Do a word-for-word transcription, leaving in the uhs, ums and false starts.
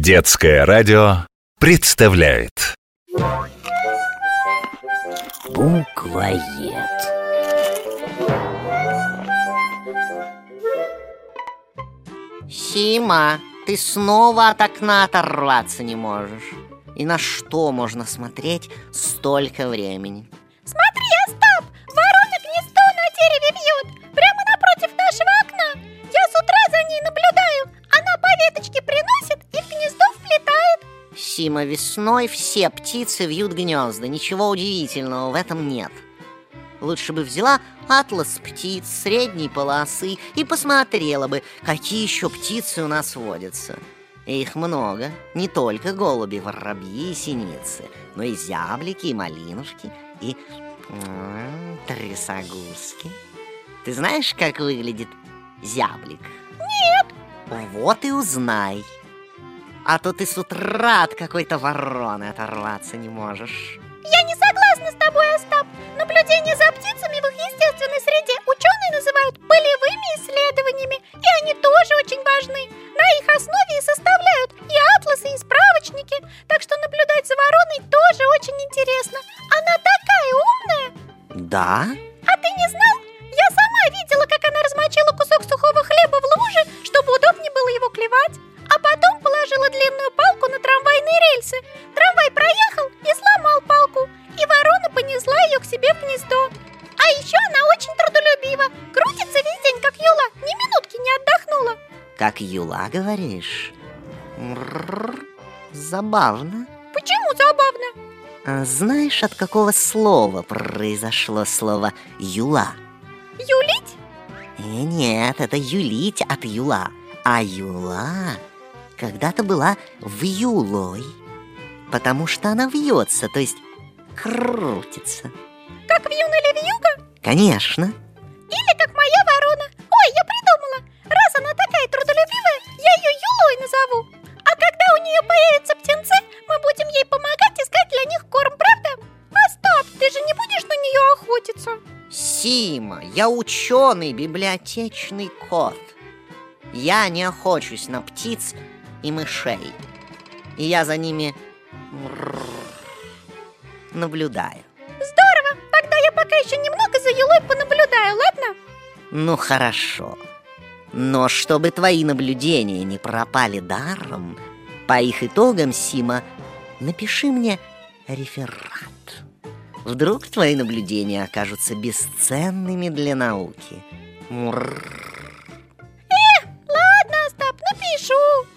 Детское радио представляет Буквоед. Сима, ты снова от окна оторваться не можешь. И на что можно смотреть столько времени? Смотри, Остап, ворона гнездо на дереве вьет, прямо напротив нашего окна. Я с утра за ней наблюдаю. Она по веточке приносит и в гнездо вплетает. Сима, весной все птицы вьют гнезда. Ничего удивительного в этом нет. Лучше бы взяла атлас птиц средней полосы и посмотрела бы, какие еще птицы у нас водятся. И их много, не только голуби, воробьи и синицы, но и зяблики, и малинушки, и м-м, трясогузки. Ты знаешь, как выглядит зяблик? Нет. Вот и узнай. А то ты с утра от какой-то вороны оторваться не можешь. Я не согласна с тобой, Остап. Наблюдение за птицами в их естественной среде ученые называют полевыми исследованиями, и они тоже очень важны. На их основе и составляют и атласы, и справочники. Так что наблюдать за вороной тоже очень интересно. Она такая умная. Да? А ты не знал? Я сама видела, как она размочила кусок сухого хлеба в луже, чтобы удобнее было его клевать. А потом положила длинную палку на трамвайные рельсы. Трамвай проехал и сломал палку, и ворона понесла ее к себе в гнездо. А еще она очень трудолюбива, крутится весь день, как юла, ни минутки не отдохнула. Как юла, говоришь? М-р-р-р. Забавно. Почему забавно? А знаешь, от какого слова произошло слово «юла»? Юлить? Э, нет, это юлить от юла. А юла когда-то была вьюлой, потому что она вьется, то есть крутится. Как вьюн или вьюга? Конечно. Или как моя ворона. Ой, я придумала. Раз она такая трудолюбивая, я ее юлой назову. А когда у нее появятся птенцы, мы будем ей помогать искать для них корм, правда? Остап, ты же не будешь на нее охотиться? Сима, я ученый библиотечный кот. Я не охочусь на птиц и мышей. И я за ними наблюдаю. Здорово, тогда я пока еще немного за юлой понаблюдаю, ладно? Ну хорошо. Но чтобы твои наблюдения не пропали даром, по их итогам, Сима, напиши мне реферат. Вдруг твои наблюдения окажутся бесценными для науки. Мурр. Ладно, Остап, напишу.